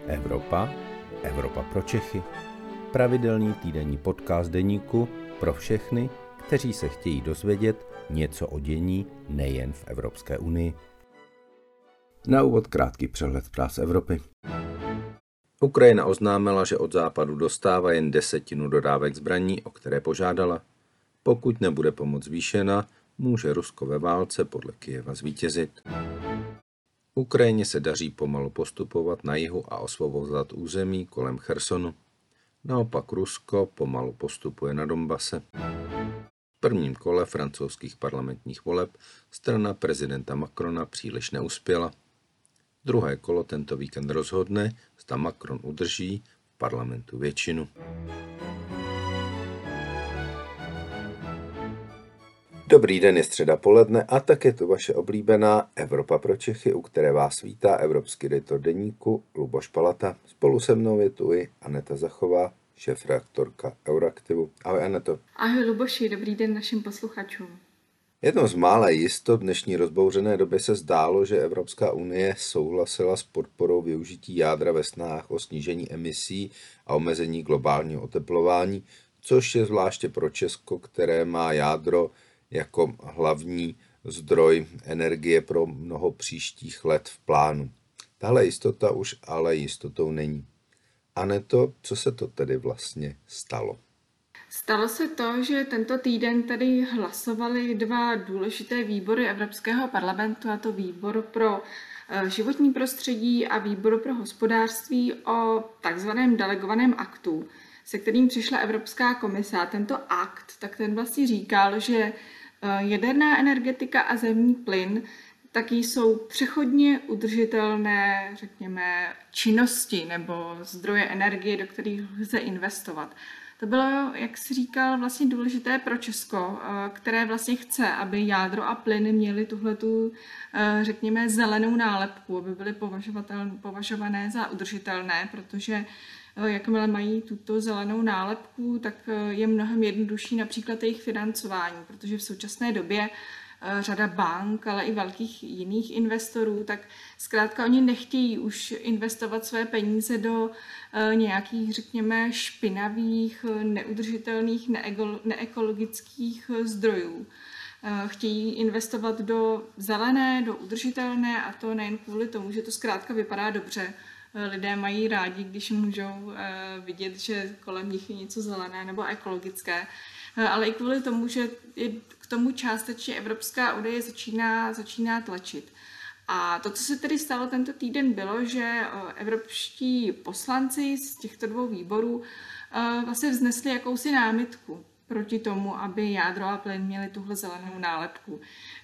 Evropa, Evropa pro Čechy. Pravidelný týdenní podcast deníku pro všechny, kteří se chtějí dozvědět něco o dění nejen v Evropské unii. Na úvod krátký přehled zpráv z Evropy. Ukrajina oznámila, že od západu dostává jen 10% dodávek zbraní, o které požádala. Pokud nebude pomoc zvýšena, může Rusko ve válce podle Kyjeva zvítězit. Ukrajině se daří pomalu postupovat na jihu a osvobozovat území kolem Chersonu. Naopak Rusko pomalu postupuje na Donbase. V prvním kole francouzských parlamentních voleb strana prezidenta Macrona příliš neuspěla. Druhé kolo tento víkend rozhodne, zda Macron udrží v parlamentu většinu. Dobrý den, je středa poledne a tak je to vaše oblíbená Evropa pro Čechy, u které vás vítá evropský editor deníku Luboš Palata. Spolu se mnou je tu i Aneta Zachová, šéfredaktorka Euraktivu. Ahoj Aneto. Ahoj Luboši, dobrý den našim posluchačům. Jednou z mála jistot dnešní rozbouřené doby se zdálo, že Evropská unie souhlasila s podporou využití jádra ve snahách o snížení emisí a omezení globálního oteplování, což je zvláště pro Česko, které má jádro jako hlavní zdroj energie pro mnoho příštích let v plánu. Tahle jistota už ale jistotou není. Aneto, co se to tedy vlastně stalo? Stalo se to, že tento týden tady hlasovali dva důležité výbory Evropského parlamentu, a to výbor pro životní prostředí a výbor pro hospodářství o takzvaném delegovaném aktu, se kterým přišla Evropská komise. A tento akt, tak ten vlastně říkal, že jaderná energetika a zemní plyn taky jsou přechodně udržitelné, řekněme, činnosti nebo zdroje energie, do kterých lze investovat. To bylo, jak jsi říkal, vlastně důležité pro Česko, které vlastně chce, aby jádro a plyn měly tuhletu, řekněme, zelenou nálepku, aby byly považované za udržitelné, protože jakmile mají tuto zelenou nálepku, tak je mnohem jednodušší například jejich financování, protože v současné době řada bank, ale i velkých jiných investorů, tak zkrátka oni nechtějí už investovat své peníze do nějakých, řekněme, špinavých, neudržitelných, neekologických zdrojů. Chtějí investovat do zelené, do udržitelné, a to nejen kvůli tomu, že to zkrátka vypadá dobře. Lidé mají rádi, když můžou vidět, že kolem nich je něco zelené nebo ekologické, ale i kvůli tomu, že k tomu částečně Evropská unie začíná tlačit. A to, co se tedy stalo tento týden, bylo, že evropští poslanci z těchto dvou výborů vlastně vznesli jakousi námitku proti tomu, aby jádro a plyn měli tuhle zelenou nálepku.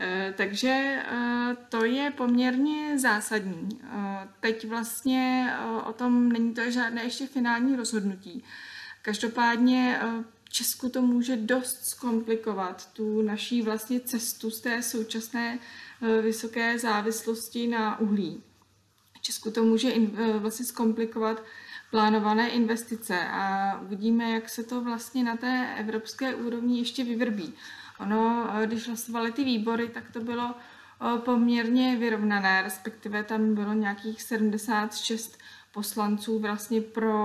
Takže to je poměrně zásadní. Teď vlastně o tom není to žádné ještě finální rozhodnutí. Každopádně Česku to může dost zkomplikovat tu naší vlastně cestu z té současné vysoké závislosti na uhlí. Česku to může vlastně zkomplikovat plánované investice a uvidíme, jak se to vlastně na té evropské úrovni ještě vyvrbí. Ono, když hlasovaly ty výbory, tak to bylo poměrně vyrovnané, respektive tam bylo nějakých 76 poslanců vlastně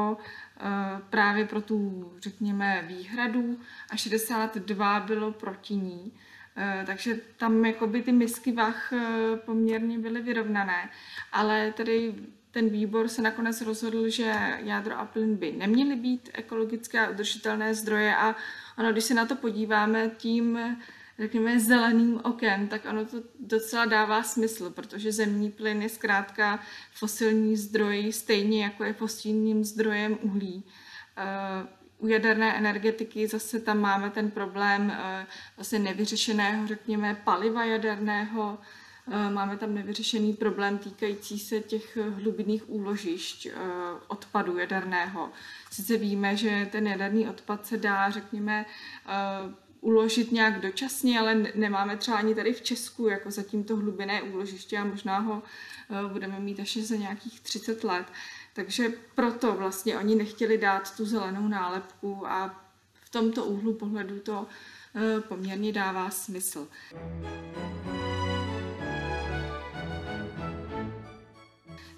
právě pro tu, řekněme, výhradu a 62 bylo proti ní. Takže tam jakoby ty misky vah poměrně byly vyrovnané, ale tedy ten výbor se nakonec rozhodl, že jádro a plyn by neměly být ekologické a udržitelné zdroje, a ono, když se na to podíváme tím, řekněme, zeleným okem, tak ono to docela dává smysl, protože zemní plyn je zkrátka fosilní zdroj, stejně jako je fosilním zdrojem uhlí. U jaderné energetiky zase tam máme ten problém vlastně nevyřešeného, řekněme, paliva jaderného. Máme tam nevyřešený problém týkající se těch hlubinných úložišť odpadu jaderného. Sice víme, že ten jaderný odpad se dá, řekněme, uložit nějak dočasně, ale nemáme třeba ani tady v Česku jako zatím to hlubinné úložiště a možná ho budeme mít až za nějakých 30 let. Takže proto vlastně oni nechtěli dát tu zelenou nálepku a v tomto úhlu pohledu to poměrně dává smysl.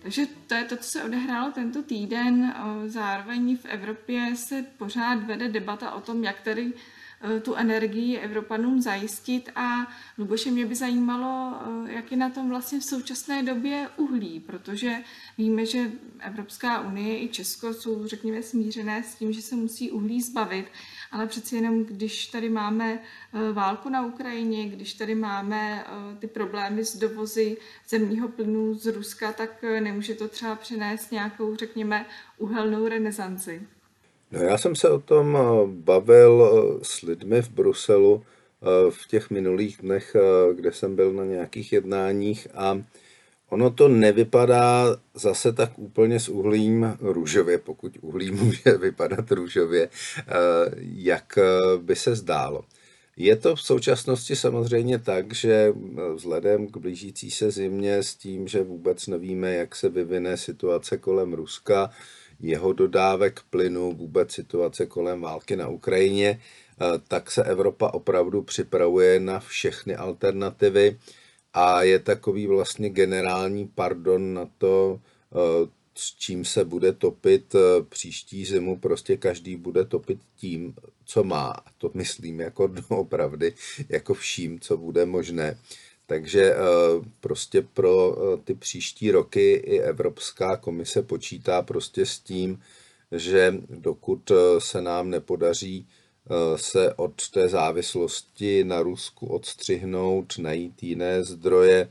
Takže to je to, co se odehrálo tento týden. Zároveň v Evropě se pořád vede debata o tom, jak tedy tu energii Evropanům zajistit a Luboše, mě by zajímalo, jak je na tom vlastně v současné době uhlí, protože víme, že Evropská unie i Česko jsou, řekněme, smířené s tím, že se musí uhlí zbavit, ale přeci jenom, když tady máme válku na Ukrajině, když tady máme ty problémy s dovozy zemního plynu z Ruska, tak nemůže to třeba přinést nějakou, řekněme, uhelnou renesanci. No, já jsem se o tom bavil s lidmi v Bruselu v těch minulých dnech, kde jsem byl na nějakých jednáních a ono to nevypadá zase tak úplně s uhlím růžově, pokud uhlí může vypadat růžově, jak by se zdálo. Je to v současnosti samozřejmě tak, že vzhledem k blížící se zimě s tím, že vůbec nevíme, jak se vyvine situace kolem Ruska, jeho dodávek plynu, vůbec situace kolem války na Ukrajině, tak se Evropa opravdu připravuje na všechny alternativy a je takový vlastně generální pardon na to, s čím se bude topit příští zimu. Prostě každý bude topit tím, co má. A to myslím jako doopravdy, jako vším, co bude možné. Takže prostě pro ty příští roky i Evropská komise počítá prostě s tím, že dokud se nám nepodaří se od té závislosti na Rusku odstřihnout, najít jiné zdroje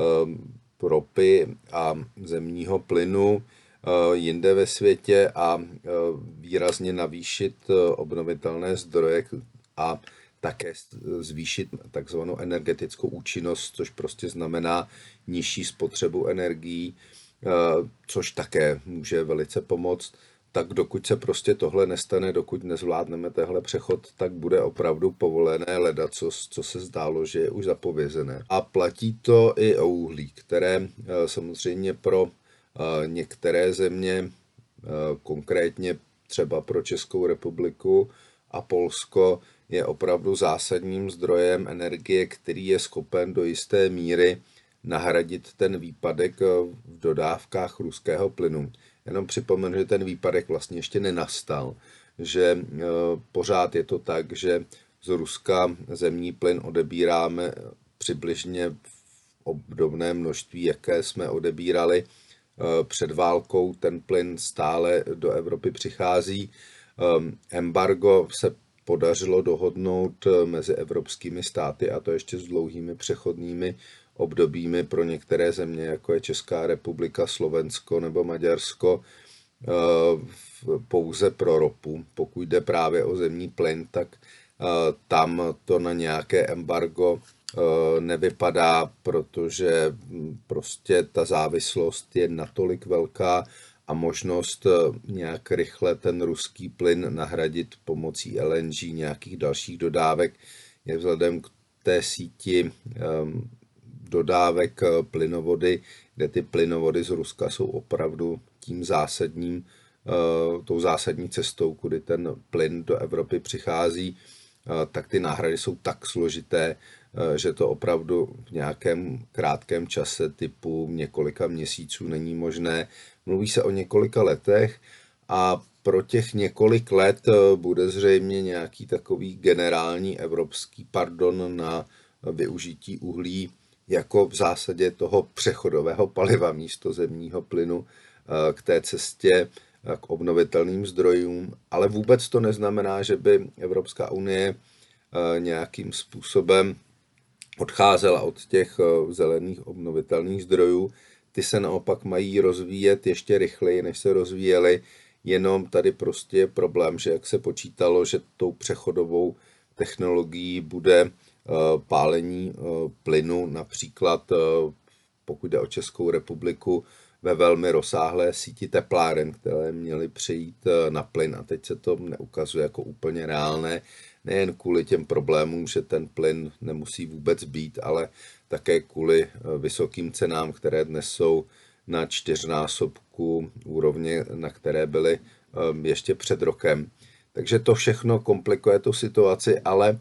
ropy a zemního plynu jinde ve světě a výrazně navýšit obnovitelné zdroje a také zvýšit takzvanou energetickou účinnost, což prostě znamená nižší spotřebu energií, což také může velice pomoct. Tak dokud se prostě tohle nestane, dokud nezvládneme tenhle přechod, tak bude opravdu povolené ledacos, co se zdálo, že je už zapovězené. A platí to i o uhlí, které samozřejmě pro některé země, konkrétně třeba pro Českou republiku a Polsko, je opravdu zásadním zdrojem energie, který je schopen do jisté míry nahradit ten výpadek v dodávkách ruského plynu. Jenom připomenu, že ten výpadek vlastně ještě nenastal, že pořád je to tak, že z Ruska zemní plyn odebíráme přibližně v obdobném množství, jaké jsme odebírali před válkou. Ten plyn stále do Evropy přichází. Embargo se podařilo dohodnout mezi evropskými státy, a to ještě s dlouhými přechodnými obdobími pro některé země, jako je Česká republika, Slovensko nebo Maďarsko, pouze pro ropu. Pokud jde právě o zemní plyn, tak tam to na nějaké embargo nevypadá, protože prostě ta závislost je natolik velká a možnost nějak rychle ten ruský plyn nahradit pomocí LNG nějakých dalších dodávek je vzhledem k té síti dodávek plynovody, kde ty plynovody z Ruska jsou opravdu tou zásadní cestou, kudy ten plyn do Evropy přichází, tak ty náhrady jsou tak složité, že to opravdu v nějakém krátkém čase typu několika měsíců není možné. Mluví se o několika letech a pro těch několik let bude zřejmě nějaký takový generální evropský pardon na využití uhlí jako v zásadě toho přechodového paliva místo zemního plynu k té cestě k obnovitelným zdrojům, ale vůbec to neznamená, že by Evropská unie nějakým způsobem odcházela od těch zelených obnovitelných zdrojů. Ty se naopak mají rozvíjet ještě rychleji, než se rozvíjely, jenom tady prostě je problém, že jak se počítalo, že tou přechodovou technologií bude pálení plynu, například pokud jde o Českou republiku, ve velmi rozsáhlé síti tepláren, které měly přejít na plyn, a teď se to neukazuje jako úplně reálné, nejen kvůli těm problémům, že ten plyn nemusí vůbec být, ale také kvůli vysokým cenám, které dnes jsou na 4násobku úrovně, na které byly ještě před rokem. Takže to všechno komplikuje tu situaci, ale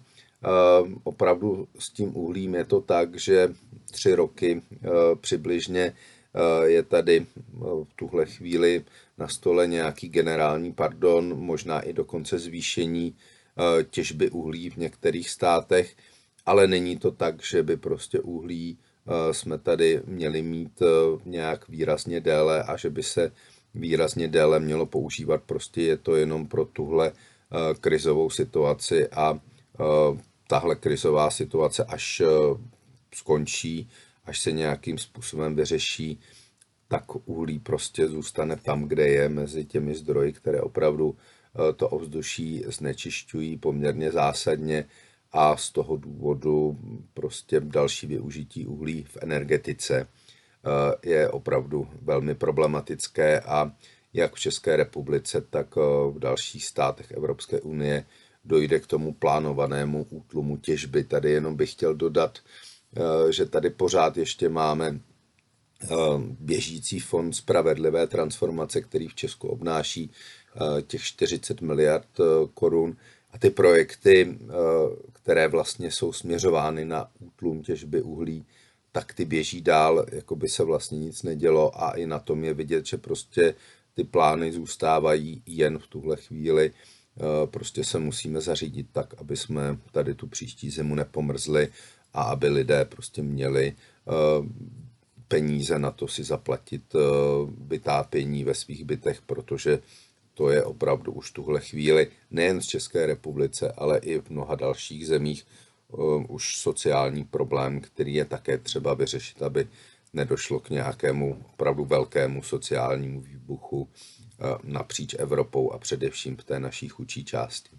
opravdu s tím uhlím je to tak, že 3 roky přibližně je tady v tuhle chvíli na stole nějaký generální pardon, možná i dokonce zvýšení těžby uhlí v některých státech, ale není to tak, že by prostě uhlí jsme tady měli mít nějak výrazně déle a že by se výrazně déle mělo používat. Prostě je to jenom pro tuhle krizovou situaci a tahle krizová situace, až skončí, až se nějakým způsobem vyřeší, tak uhlí prostě zůstane tam, kde je, mezi těmi zdroji, které opravdu to ovzduší znečišťují poměrně zásadně, a z toho důvodu prostě další využití uhlí v energetice je opravdu velmi problematické a jak v České republice, tak v dalších státech Evropské unie dojde k tomu plánovanému útlumu těžby. Tady jenom bych chtěl dodat, že tady pořád ještě máme běžící fond spravedlivé transformace, který v Česku obnáší těch 40 miliard korun. A ty projekty, které vlastně jsou směřovány na útlum těžby uhlí, tak ty běží dál, jako by se vlastně nic nedělo, a i na tom je vidět, že prostě ty plány zůstávají jen v tuhle chvíli. Prostě se musíme zařídit tak, aby jsme tady tu příští zimu nepomrzli a aby lidé prostě měli peníze na to si zaplatit vytápění ve svých bytech, protože to je opravdu už tuhle chvíli nejen v České republice, ale i v mnoha dalších zemích už sociální problém, který je také třeba vyřešit, aby nedošlo k nějakému opravdu velkému sociálnímu výbuchu napříč Evropou a především v té naší chudší části.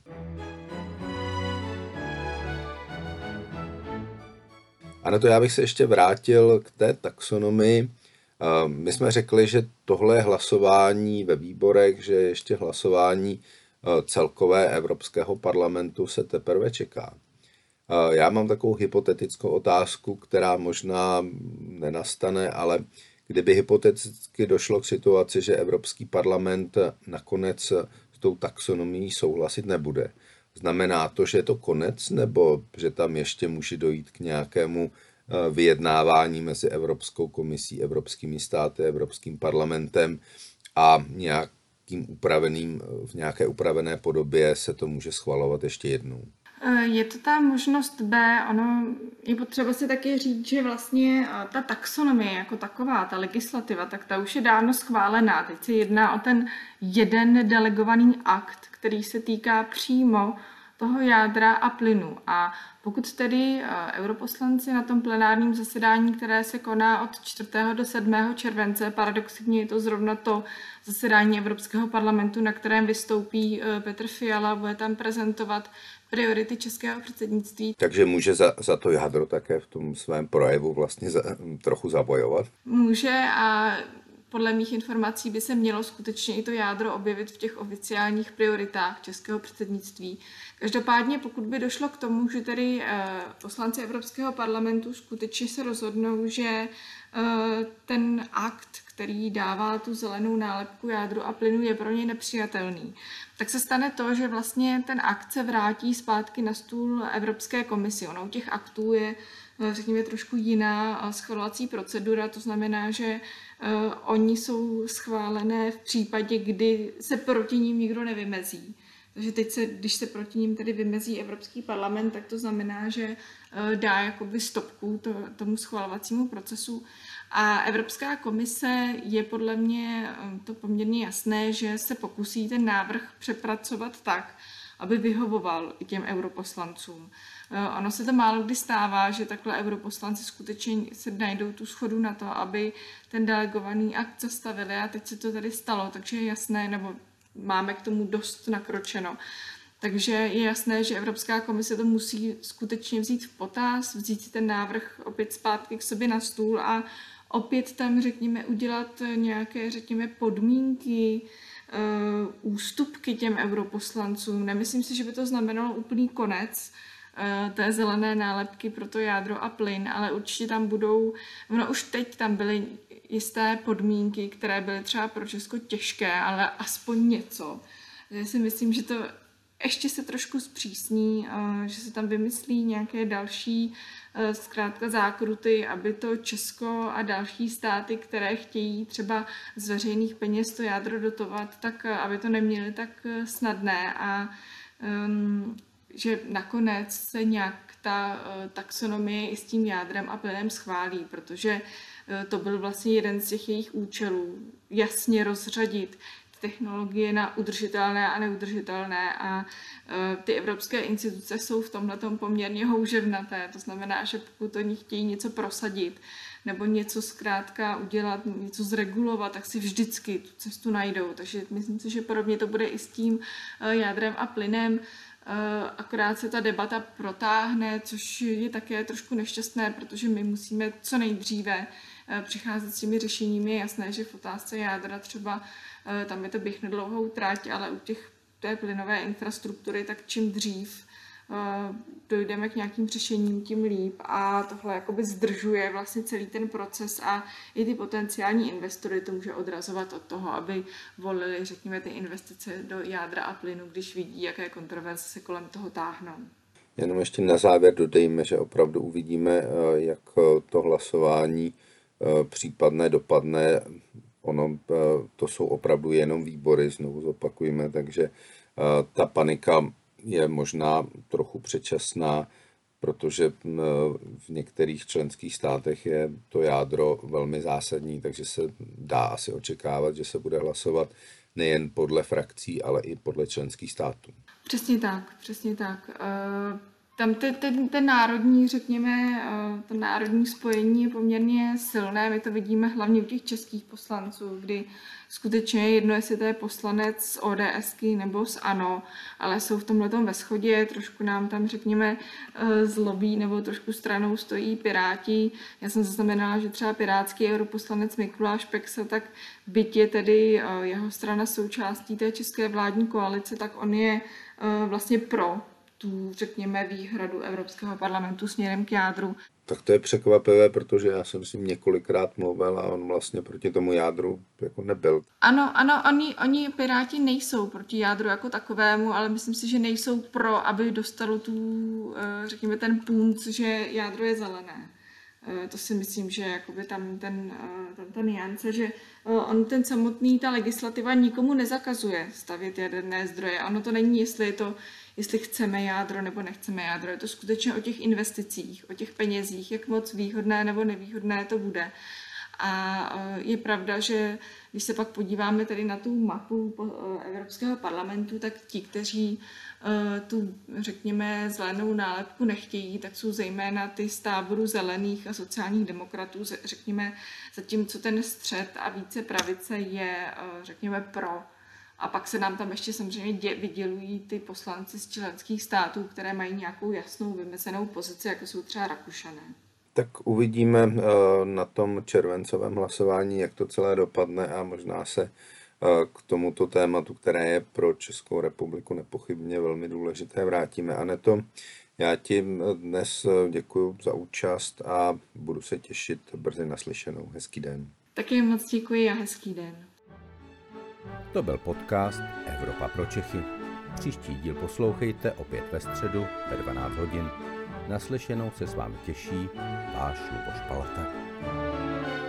A na to já bych se ještě vrátil k té taxonomii. My jsme řekli, že tohle je hlasování ve výborech, že ještě hlasování celkové Evropského parlamentu se teprve čeká. Já mám takovou hypotetickou otázku, která možná nenastane, ale kdyby hypoteticky došlo k situaci, že Evropský parlament nakonec s tou taxonomií souhlasit nebude. Znamená to, že je to konec, nebo že tam ještě může dojít k nějakému vyjednávání mezi Evropskou komisí, evropskými státy, Evropským parlamentem a v nějaké upravené podobě se to může schvalovat ještě jednou? Je to ta možnost B, ono je potřeba si taky říct, že vlastně ta taxonomie jako taková, ta legislativa, tak ta už je dávno schválená. Teď se jedná o ten jeden delegovaný akt, který se týká přímo toho jádra a plynu. A pokud tedy europoslanci na tom plenárním zasedání, které se koná od 4. do 7. července, paradoxně je to zrovna to zasedání Evropského parlamentu, na kterém vystoupí Petr Fiala, bude tam prezentovat priority českého předsednictví. Takže může za to jádro také v tom svém projevu vlastně trochu zabojovat? Může, a podle mých informací by se mělo skutečně i to jádro objevit v těch oficiálních prioritách českého předsednictví. Každopádně, pokud by došlo k tomu, že tedy poslanci Evropského parlamentu skutečně se rozhodnou, že ten akt, který dává tu zelenou nálepku jádru a plynu, je pro ně nepřijatelný, tak se stane to, že vlastně ten akt se vrátí zpátky na stůl Evropské komisi. Ono u těch aktů je, řekněme, trošku jiná schvalovací procedura, to znamená, že oni jsou schválené v případě, kdy se proti ním nikdo nevymezí. Takže teď když se proti ním tedy vymezí Evropský parlament, tak to znamená, že dá jakoby stopku tomu schvalovacímu procesu. A Evropská komise je podle mě to poměrně jasné, že se pokusí ten návrh přepracovat tak, aby vyhovoval i těm europoslancům. Ono se to málo kdy stává, že takhle europoslanci skutečně se najdou tu shodu na to, aby ten delegovaný akt zastavili, a teď se to tady stalo, takže je jasné, nebo máme k tomu dost nakročeno. Takže je jasné, že Evropská komise to musí skutečně vzít v potaz, vzít si ten návrh opět zpátky k sobě na stůl a opět tam, řekněme, udělat nějaké, řekněme, podmínky, ústupky těm europoslancům. Nemyslím si, že by to znamenalo úplný konec té zelené nálepky pro to jádro a plyn, ale určitě tam budou, už teď tam byly jisté podmínky, které byly třeba pro Česko těžké, ale aspoň něco. Já si myslím, že to ještě se trošku zpřísní, že se tam vymyslí nějaké další zkrátka zákruty, aby to Česko a další státy, které chtějí třeba z veřejných peněz to jádro dotovat, tak aby to neměli tak snadné a že nakonec se nějak ta taxonomie i s tím jádrem a plynem schválí, protože to byl vlastně jeden z těch jejich účelů, jasně rozřadit technologie na udržitelné a neudržitelné a ty evropské instituce jsou v tomhletom poměrně houževnaté, to znamená, že pokud oni chtějí něco prosadit nebo něco zkrátka udělat, něco zregulovat, tak si vždycky tu cestu najdou, takže myslím si, že podobně to bude i s tím jádrem a plynem. Akorát se ta debata protáhne, což je také trošku nešťastné, protože my musíme co nejdříve přicházet s těmi řešeními. Je jasné, že v otázce jádra třeba tam je to běh na dlouhou trať, ale u té plynové infrastruktury, tak čím dřív dojdeme k nějakým řešením, tím líp a tohle jakoby zdržuje vlastně celý ten proces a i ty potenciální investory to může odrazovat od toho, aby volili, řekněme, ty investice do jádra a plynu, když vidí, jaké kontroverze se kolem toho táhnou. Jenom ještě na závěr dodejme, že opravdu uvidíme, jak to hlasování případné dopadne. Ono, to jsou opravdu jenom výbory, znovu zopakujeme, takže ta panika je možná trochu předčasná, protože v některých členských státech je to jádro velmi zásadní, takže se dá asi očekávat, že se bude hlasovat nejen podle frakcí, ale i podle členských států. Přesně tak. Tam ten národní, řekněme, to národní spojení je poměrně silné. My to vidíme hlavně u těch českých poslanců, kdy skutečně je jedno, jestli to je poslanec z ODSky nebo z ANO, ale jsou v tomhletom ve shodě, trošku nám tam, řekněme, zlobí nebo trošku stranou stojí Piráti. Já jsem zaznamenala, že třeba pirátský europoslanec Mikuláš Peksa, tak byť je tedy jeho strana součástí té české vládní koalice, tak on je vlastně pro tu, řekněme, výhradu Evropského parlamentu směrem k jádru. Tak to je překvapivé, protože já jsem s ním několikrát mluvil a on vlastně proti tomu jádru jako nebyl. Ano, oni Piráti nejsou proti jádru jako takovému, ale myslím si, že nejsou pro, aby dostalo tu, řekněme, ten punc, že jádro je zelené. To si myslím, že jakoby tam ten niance, že on ten samotný, ta legislativa nikomu nezakazuje stavět jaderné zdroje. Ono to není, jestli chceme jádro nebo nechceme jádro. Je to skutečně o těch investicích, o těch penězích, jak moc výhodné nebo nevýhodné to bude. A je pravda, že když se pak podíváme tedy na tu mapu Evropského parlamentu, tak ti, kteří tu, řekněme, zelenou nálepku nechtějí, tak jsou zejména ty z táboru zelených a sociálních demokratů, řekněme, zatímco ten střed a více pravice je, řekněme, pro. A pak se nám tam ještě samozřejmě vydělují ty poslanci z členských států, které mají nějakou jasnou vymezenou pozici, jako jsou třeba Rakušané. Tak uvidíme na tom červencovém hlasování, jak to celé dopadne a možná se k tomuto tématu, které je pro Českou republiku nepochybně velmi důležité, vrátíme. Aneto, já ti dnes děkuji za účast a budu se těšit brzy naslyšenou. Hezký den. Taky moc děkuji a hezký den. To byl podcast Evropa pro Čechy. Příští díl poslouchejte opět ve středu ve 12 hodin. Naslyšenou se s vámi těší váš Luboš Palata.